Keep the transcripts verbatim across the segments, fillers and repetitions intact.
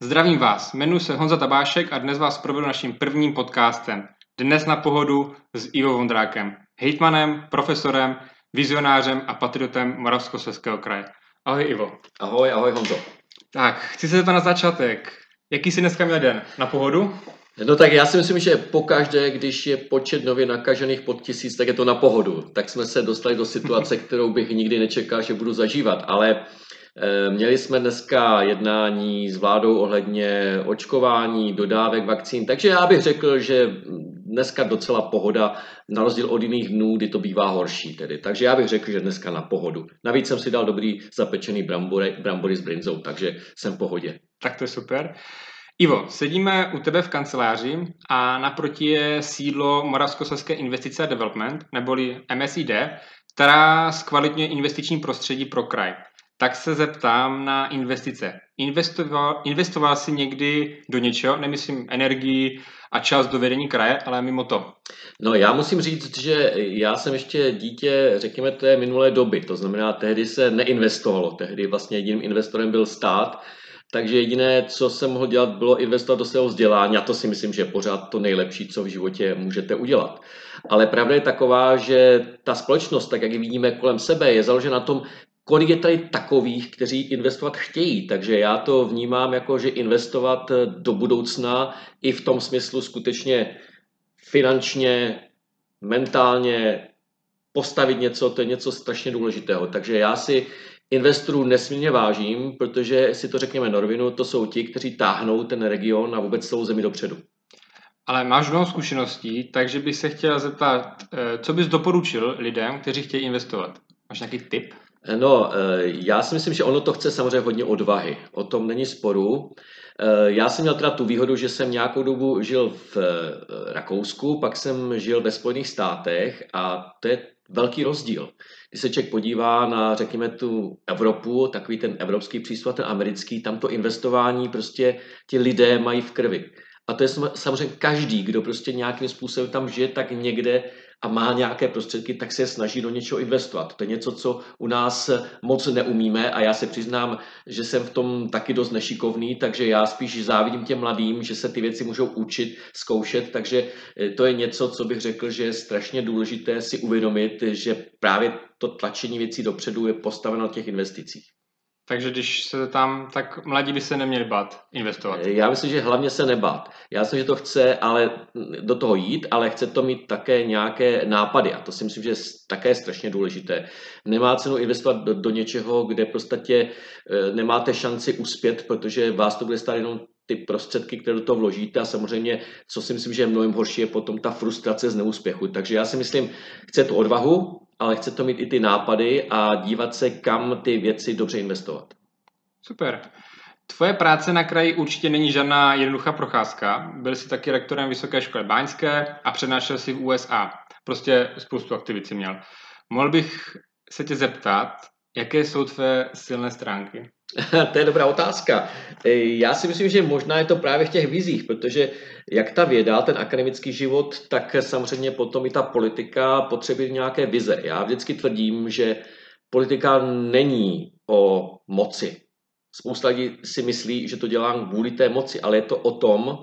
Zdravím vás, jmenuji se Honza Tabášek a dnes vás provedu naším prvním podcastem. Dnes na pohodu s Ivo Vondrákem, hejtmanem, profesorem, vizionářem a patriotem Moravskoslezského kraje. Ahoj Ivo. Ahoj, ahoj Honzo. Tak, chci se zeptat na začátek. Jaký jsi dneska měl den? Na pohodu? No tak já si myslím, že pokaždé, když je počet nově nakažených pod tisíc, tak je to na pohodu. Tak jsme se dostali do situace, kterou bych nikdy nečekal, že budu zažívat. Ale e, měli jsme dneska jednání s vládou ohledně očkování, dodávek vakcín, takže já bych řekl, že dneska docela pohoda, na rozdíl od jiných dnů, kdy to bývá horší tedy. Takže já bych řekl, že dneska na pohodu. Navíc jsem si dal dobrý zapečený brambory, brambory s brinzou, takže jsem v pohodě. Tak to je super. Ivo, sedíme u tebe v kanceláři a naproti je sídlo Moravskoslezské investice a development, neboli M S I D, která zkvalitňuje investiční prostředí pro kraj. Tak se zeptám na investice. Investoval, investoval jsi někdy do něčeho, nemyslím energii a čas do vedení kraje, ale mimo to? No já musím říct, že já jsem ještě dítě, řekněme, té minulé doby, to znamená, tehdy se neinvestovalo, tehdy vlastně jediným investorem byl stát, takže jediné, co jsem mohl dělat, bylo investovat do svého vzdělání a to si myslím, že je pořád to nejlepší, co v životě můžete udělat. Ale pravda je taková, že ta společnost, tak jak ji vidíme kolem sebe, je založena na tom, kolik je tady takových, kteří investovat chtějí. Takže já to vnímám jako, že investovat do budoucna i v tom smyslu skutečně finančně, mentálně postavit něco, to je něco strašně důležitého. Takže já si investorů nesmírně vážím, protože si to řekněme na rovinu, to jsou ti, kteří táhnou ten region a vůbec celou zemi dopředu. Ale máš mnoho zkušeností, takže bych se chtěl zeptat, co bys doporučil lidem, kteří chtějí investovat? Máš nějaký tip? No, já si myslím, že ono to chce samozřejmě hodně odvahy. O tom není sporu. Já jsem měl teda tu výhodu, že jsem nějakou dobu žil v Rakousku, pak jsem žil ve Spojených státech a to je velký rozdíl. Když se člověk podívá na, řekněme, tu Evropu, takový ten evropský přístup, ten americký, tam to investování prostě ti lidé mají v krvi. A to je samozřejmě každý, kdo prostě nějakým způsobem tam žije, tak někde a má nějaké prostředky, tak se snaží do něčeho investovat. To je něco, co u nás moc neumíme a já se přiznám, že jsem v tom taky dost nešikovný, takže já spíš závidím těm mladým, že se ty věci můžou učit, zkoušet, takže to je něco, co bych řekl, že je strašně důležité si uvědomit, že právě to tlačení věcí dopředu je postaveno na těch investicích. Takže když se tam, tak mladí by se neměli bát investovat. Já myslím, že hlavně se nebát. Já myslím, že to chce ale do toho jít, ale chce to mít také nějaké nápady a to si myslím, že je také strašně důležité. Nemá cenu investovat do, do něčeho, kde prostě nemáte šanci uspět, protože vás to bude stát jenom ty prostředky, které do toho vložíte a samozřejmě, co si myslím, že je mnohem horší, je potom ta frustrace z neúspěchu. Takže já si myslím, chce to odvahu, ale chce to mít i ty nápady a dívat se, kam ty věci dobře investovat. Super. Tvoje práce na kraji určitě není žádná jednoduchá procházka. Byl jsi taky rektorem Vysoké školy báňské a přednášel si v U S A. Prostě spoustu aktivit si měl. Mohl bych se tě zeptat, jaké jsou tvé silné stránky? To je dobrá otázka. Já si myslím, že možná je to právě v těch vizích, protože jak ta věda, ten akademický život, tak samozřejmě potom i ta politika potřebuje nějaké vize. Já vždycky tvrdím, že politika není o moci. Spousta lidí si myslí, že to dělám kvůli té moci, ale je to o tom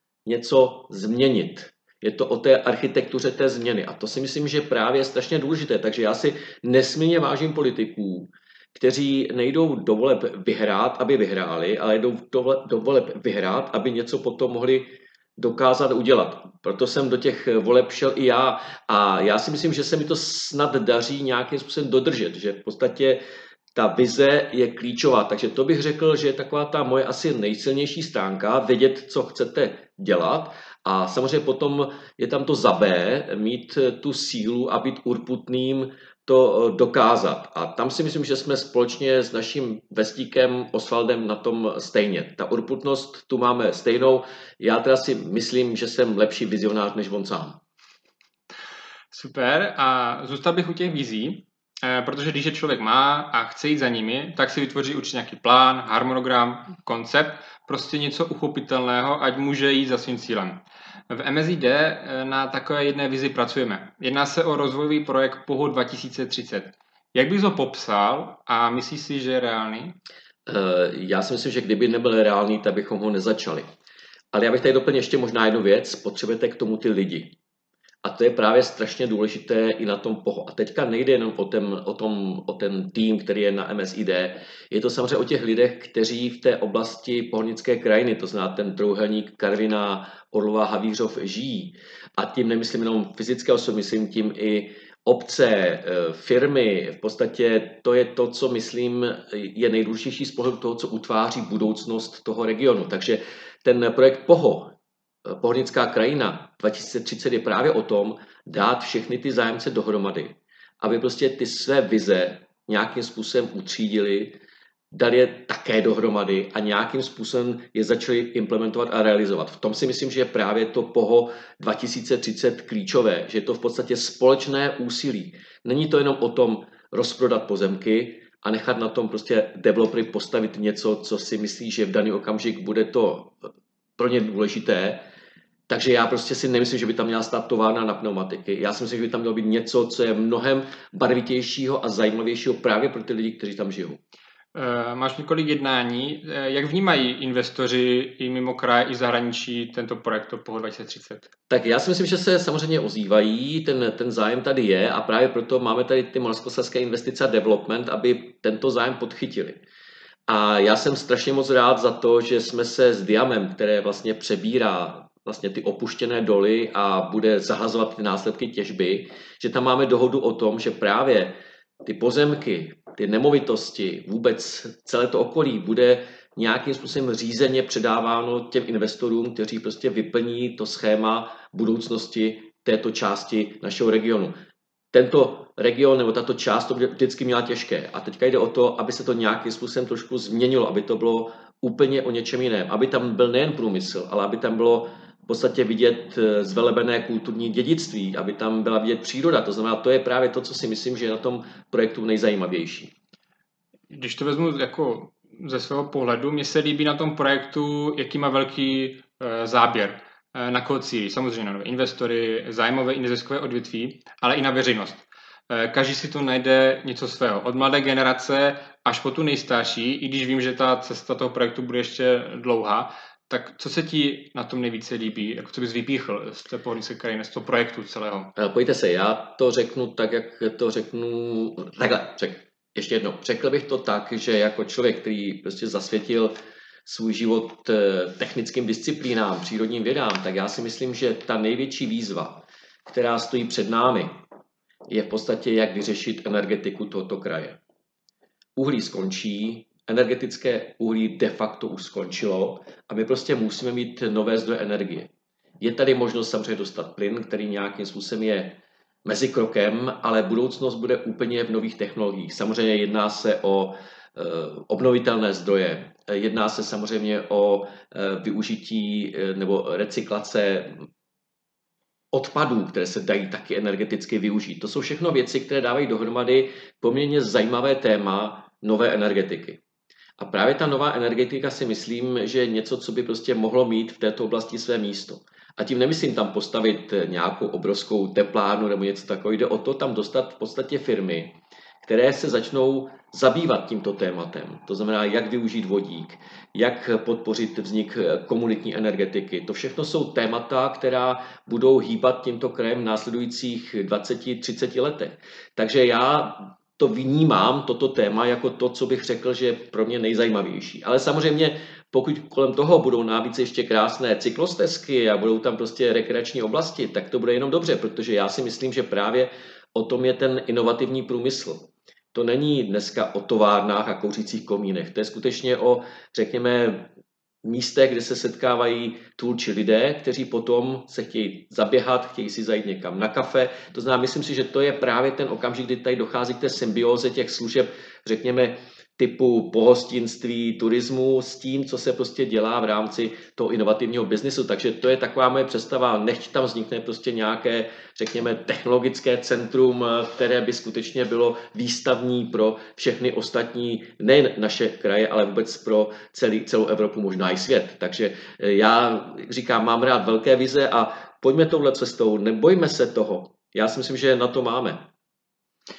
něco změnit. Je to o té architektuře té změny. A to si myslím, že právě je strašně důležité. Takže já si nesmírně vážím politiků, kteří nejdou do voleb vyhrát, aby vyhráli, ale jdou do voleb vyhrát, aby něco potom mohli dokázat udělat. Proto jsem do těch voleb šel i já a já si myslím, že se mi to snad daří nějakým způsobem dodržet, že v podstatě ta vize je klíčová, takže to bych řekl, že je taková ta moje asi nejsilnější stránka, vědět, co chcete dělat a samozřejmě potom je tam to za B, mít tu sílu a být urputným, to dokázat. A tam si myslím, že jsme společně s naším vestíkem Osvaldem na tom stejně. Ta urputnost tu máme stejnou. Já teda si myslím, že jsem lepší vizionář než on sám. Super. A zůstal bych u těch vizí, protože když je člověk má a chce jít za nimi, tak si vytvoří určitě nějaký plán, harmonogram, koncept, prostě něco uchopitelného, ať může jít za svým cílem. V M S I D na takové jedné vizi pracujeme. Jedná se o rozvojový projekt POHO dva tisíce třicet. Jak bys ho popsal a myslíš si, že je reálný? Já si myslím, že kdyby nebyl reálný, tak bychom ho nezačali. Ale já bych tady doplnil ještě možná jednu věc. Potřebujete k tomu ty lidi. A to je právě strašně důležité i na tom poho. A teďka nejde jenom o ten, o, tom, o ten tým, který je na M S I D. Je to samozřejmě o těch lidech, kteří v té oblasti pohonické krajiny, to znamená ten trojúhelník Karviná, Orlová, Havířov, žijí. A tím nemyslím jenom fyzické osoby, myslím tím i obce, firmy. V podstatě to je to, co myslím je nejdůležitější z pohledu toho, co utváří budoucnost toho regionu. Takže ten projekt POHO, Pohonická krajina dva tisíce třicet, je právě o tom dát všechny ty zájemce dohromady, aby prostě ty své vize nějakým způsobem utřídili, dali je také dohromady a nějakým způsobem je začali implementovat a realizovat. V tom si myslím, že je právě to POHO dva tisíce třicet klíčové, že je to v podstatě společné úsilí. Není to jenom o tom rozprodat pozemky a nechat na tom prostě developery postavit něco, co si myslí, že v daný okamžik bude to pro ně důležité. Takže já prostě si nemyslím, že by tam měla stát továrna na pneumatiky. Já si myslím, že by tam mělo být něco, co je mnohem barvitějšího a zajímavějšího právě pro ty lidi, kteří tam žijou. Máš několik jednání. Jak vnímají investoři i mimo kraj, i zahraničí tento projekt POHO dva tisíce třicet? Tak já si myslím, že se samozřejmě ozývají, ten, ten zájem tady je a právě proto máme tady ty Moravskoslezské investice a development, aby tento zájem podchytili. A já jsem strašně moc rád za to, že jsme se s Diamem, které vlastně přebírá vlastně ty opuštěné doly a bude zahazovat ty následky těžby, že tam máme dohodu o tom, že právě ty pozemky, ty nemovitosti, vůbec celé to okolí bude nějakým způsobem řízeně předáváno těm investorům, kteří prostě vyplní to schéma budoucnosti této části našeho regionu. Tento region nebo tato část to vždycky měla těžké a teďka jde o to, aby se to nějakým způsobem trošku změnilo, aby to bylo úplně o něčem jiném, aby tam byl nejen průmysl, ale aby tam bylo v podstatě vidět zvelebené kulturní dědictví, aby tam byla vidět příroda. To znamená, to je právě to, co si myslím, že je na tom projektu nejzajímavější. Když to vezmu jako ze svého pohledu, mně se líbí na tom projektu, jaký má velký záběr. Na koho cílí, samozřejmě na nové investory, zájmové i neziskové odvětví, ale i na veřejnost. Každý si tu najde něco svého. Od mladé generace až po tu nejstarší, i když vím, že ta cesta toho projektu bude ještě dlouhá, tak co se ti na tom nejvíce líbí? Jako co bys vypíchl z té pohonické krajiny, z toho projektu celého? Pojďte se, já to řeknu tak, jak to řeknu... Takhle, řek, ještě jednou. Řekl bych to tak, že jako člověk, který prostě zasvětil svůj život technickým disciplínám, přírodním vědám, tak já si myslím, že ta největší výzva, která stojí před námi, je v podstatě, jak vyřešit energetiku tohoto kraje. Uhlí skončí, energetické uhlí de facto už skončilo a my prostě musíme mít nové zdroje energie. Je tady možnost samozřejmě dostat plyn, který nějakým způsobem je mezi krokem, ale budoucnost bude úplně v nových technologiích. Samozřejmě jedná se o obnovitelné zdroje. Jedná se samozřejmě o využití nebo recyklace odpadů, které se dají taky energeticky využít. To jsou všechno věci, které dávají dohromady poměrně zajímavé téma nové energetiky. A právě ta nová energetika si myslím, že je něco, co by prostě mohlo mít v této oblasti své místo. A tím nemyslím tam postavit nějakou obrovskou teplárnu nebo něco takového. Jde o to tam dostat v podstatě firmy, které se začnou zabývat tímto tématem. To znamená, jak využít vodík, jak podpořit vznik komunitní energetiky. To všechno jsou témata, která budou hýbat tímto krajem v následujících dvaceti třiceti letech. Takže já to vnímám, toto téma, jako to, co bych řekl, že je pro mě nejzajímavější. Ale samozřejmě, pokud kolem toho budou návíc ještě krásné cyklostezky a budou tam prostě rekreační oblasti, tak to bude jenom dobře, protože já si myslím, že právě o tom je ten inovativní průmysl. To není dneska o továrnách a kouřících komínech. To je skutečně o, řekněme, místech, kde se setkávají tvůrčí lidé, kteří potom se chtějí zaběhat, chtějí si zajít někam na kafe. To znamená, myslím si, že to je právě ten okamžik, kdy tady dochází k té symbióze těch služeb, řekněme, typu pohostinství, turismu s tím, co se prostě dělá v rámci toho inovativního biznisu. Takže to je taková moje představa. Nechť tam vznikne prostě nějaké, řekněme, technologické centrum, které by skutečně bylo výstavní pro všechny ostatní, nejen naše kraje, ale vůbec pro celý, celou Evropu, možná i svět. Takže já říkám, mám rád velké vize a pojďme touhle cestou, nebojme se toho. Já si myslím, že na to máme.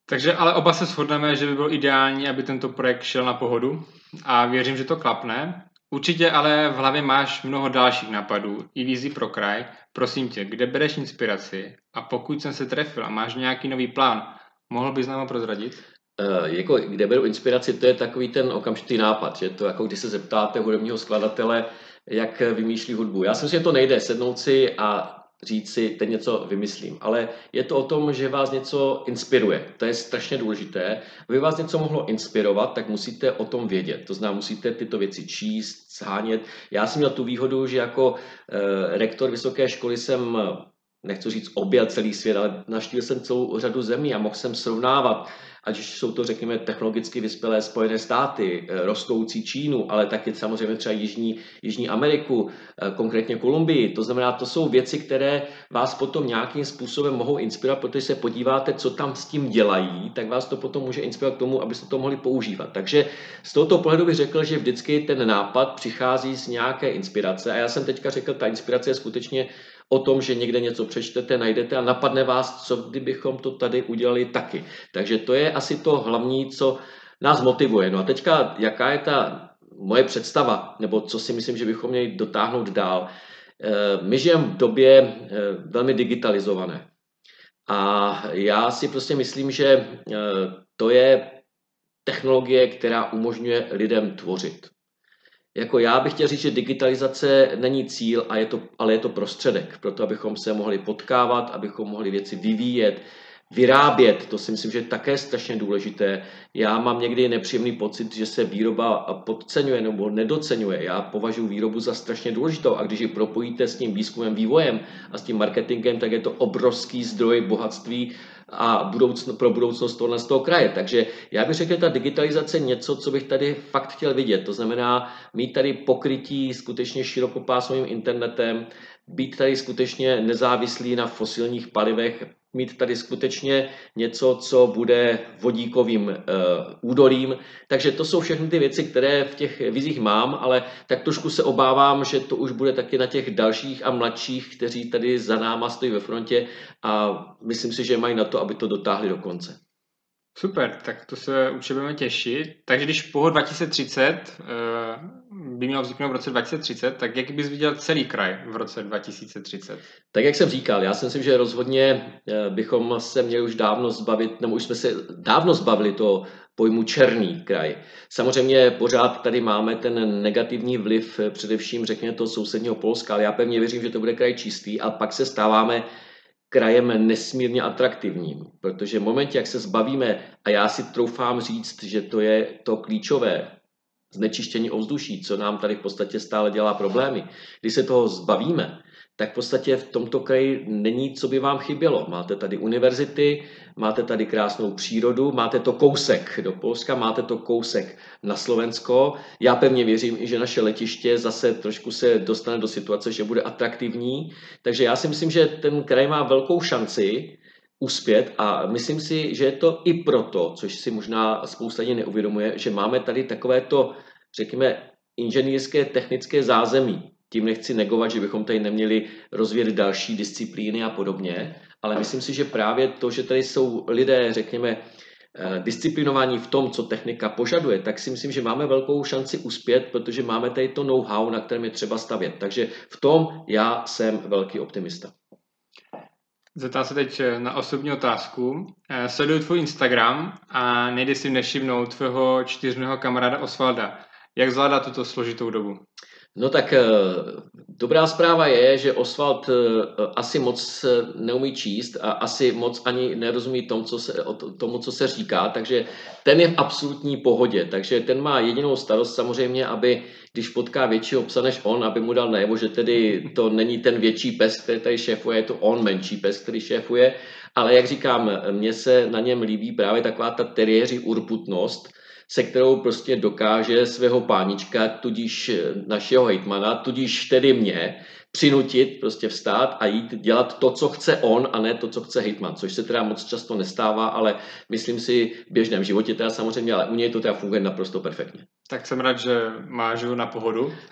Takže ale oba se shodneme, že by bylo ideální, aby tento projekt šel na pohodu a věřím, že to klapne. Určitě ale v hlavě máš mnoho dalších nápadů i výzvy pro kraj. Prosím tě, kde bereš inspiraci? A pokud jsem se trefil a máš nějaký nový plán, mohl bys nám ho prozradit? Uh, jako, kde beru inspiraci, to je takový ten okamžitý nápad, že to jako když se zeptáte hudebního skladatele, jak vymýšlí hudbu. Já si myslím, že to nejde sednout si a říct si, teď něco vymyslím, ale je to o tom, že vás něco inspiruje. To je strašně důležité. Aby vás něco mohlo inspirovat, tak musíte o tom vědět. To znamená, musíte tyto věci číst, shánět. Já jsem měl tu výhodu, že jako uh, rektor vysoké školy jsem, nechci říct objel celý svět, ale navštívil jsem celou řadu zemí a mohl jsem srovnávat, ať už jsou to, řekněme, technologicky vyspělé Spojené státy, rostoucí Čínu, ale taky samozřejmě třeba Jižní, Jižní Ameriku, konkrétně Kolumbii. To znamená, to jsou věci, které vás potom nějakým způsobem mohou inspirovat, protože se podíváte, co tam s tím dělají, tak vás to potom může inspirovat k tomu, abyste to mohli používat. Takže z tohoto pohledu bych řekl, že vždycky ten nápad přichází z nějaké inspirace. A já jsem teďka řekl, ta inspirace je skutečně o tom, že někde něco přečtete, najdete a napadne vás, co kdybychom to tady udělali taky. Takže to je asi to hlavní, co nás motivuje. No a teďka, jaká je ta moje představa, nebo co si myslím, že bychom měli dotáhnout dál. My žijeme v době velmi digitalizované. A já si prostě myslím, že to je technologie, která umožňuje lidem tvořit. Jako já bych chtěl říct, že digitalizace není cíl, a je to, ale je to prostředek, proto abychom se mohli potkávat, abychom mohli věci vyvíjet, vyrábět, to si myslím, že je také strašně důležité. Já mám někdy nepříjemný pocit, že se výroba podceňuje nebo nedoceňuje. Já považuji výrobu za strašně důležitou a když ji propojíte s tím výzkumem, vývojem a s tím marketingem, tak je to obrovský zdroj bohatství a budoucno, pro budoucnost tohle z toho kraje. Takže já bych řekl, že ta digitalizace je něco, co bych tady fakt chtěl vidět. To znamená mít tady pokrytí skutečně širokopásmovým internetem, být tady skutečně nezávislý na fosilních palivech, mít tady skutečně něco, co bude vodíkovým uh, údolím. Takže to jsou všechny ty věci, které v těch vizích mám, ale tak trošku se obávám, že to už bude taky na těch dalších a mladších, kteří tady za náma stojí ve frontě a myslím si, že mají na to, aby to dotáhli do konce. Super, tak to se určitě budeme těšit. Takže když Poho dva tisíce třicet by měl vzniknout v roce dva tisíce třicet, tak jak bys viděl celý kraj v roce dva tisíce třicet? Tak jak jsem říkal, já si myslím, že rozhodně bychom se měli už dávno zbavit, nebo už jsme se dávno zbavili toho pojmu černý kraj. Samozřejmě pořád tady máme ten negativní vliv, především řekněme toho sousedního Polska, ale já pevně věřím, že to bude kraj čistý a pak se stáváme krajem nesmírně atraktivním, protože v momentě, jak se zbavíme, a já si troufám říct, že to je to klíčové, znečištění ovzduší, co nám tady v podstatě stále dělá problémy. Když se toho zbavíme, tak v podstatě v tomto kraji není, co by vám chybělo. Máte tady univerzity, máte tady krásnou přírodu, máte to kousek do Polska, máte to kousek na Slovensko. Já pevně věřím, že naše letiště zase trošku se dostane do situace, že bude atraktivní. Takže já si myslím, že ten kraj má velkou šanci uspět a myslím si, že je to i proto, což si možná spousta lidí neuvědomuje, že máme tady takovéto, řekněme, inženýrské technické zázemí. Tím nechci negovat, že bychom tady neměli rozvíjet další disciplíny a podobně, ale myslím si, že právě to, že tady jsou lidé, řekněme, disciplinovaní v tom, co technika požaduje, tak si myslím, že máme velkou šanci uspět, protože máme tady to know-how, na kterém je třeba stavět. Takže v tom já jsem velký optimista. Zeptám se teď na osobní otázku. Sleduju tvůj Instagram a nejde si nevšimnout tvého čtyřného kamaráda Osvalda. Jak zvládá tuto složitou dobu? No tak dobrá zpráva je, že Osvald asi moc neumí číst a asi moc ani nerozumí tomu, co se, tomu, co se říká, takže ten je v absolutní pohodě. Takže ten má jedinou starost samozřejmě, aby když potká většího psa než on, aby mu dal najevo, že tedy to není ten větší pes, který tady šéfuje, je to on menší pes, který šéfuje. Ale jak říkám, mně se na něm líbí právě taková ta teriéří urputnost, se kterou prostě dokáže svého pánička, tudíž našeho hejtmana, tudíž tedy mě, přinutit prostě vstát a jít dělat to, co chce on, a ne to, co chce hejtman, což se teda moc často nestává, ale myslím si v běžném životě teda samozřejmě, ale u něj to teda funguje naprosto perfektně. Tak jsem rád, že máš ho na pohodu.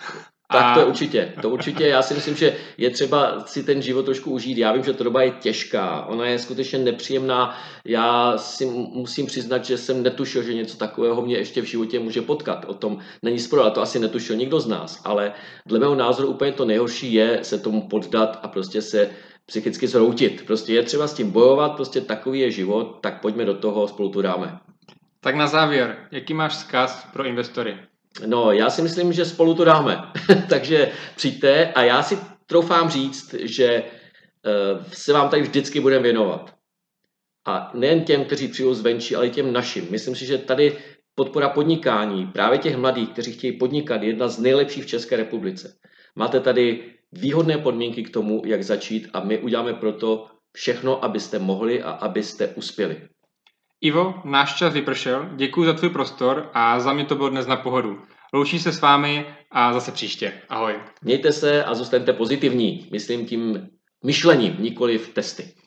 Tak A... to je určitě, to určitě, já si myslím, že je třeba si ten život trošku užít. Já vím, že ta doba je těžká, ona je skutečně nepříjemná. Já si musím přiznat, že jsem netušil, že něco takového mě ještě v životě může potkat. O tom není spor, ale to asi netušil nikdo z nás. Ale dle mého názoru úplně to nejhorší je se tomu poddat a prostě se psychicky zhroutit. Prostě je třeba s tím bojovat, prostě takový je život, tak pojďme do toho, spolu tu dáme. Tak na závěr, jaký máš vzkaz pro investory? No, já si myslím, že spolu to dáme. Takže přijďte a já si troufám říct, že uh, se vám tady vždycky budeme věnovat. A nejen těm, kteří přijdou zvenčí, ale i těm našim. Myslím si, že tady podpora podnikání, právě těch mladých, kteří chtějí podnikat, je jedna z nejlepších v České republice. Máte tady výhodné podmínky k tomu, jak začít a my uděláme proto všechno, abyste mohli a abyste uspěli. Ivo, náš čas vypršel, děkuji za tvůj prostor a za mě to bylo dnes na pohodu. Loučí se s vámi a zase příště. Ahoj. Mějte se a zůstaňte pozitivní, myslím tím myšlením, nikoli v testy.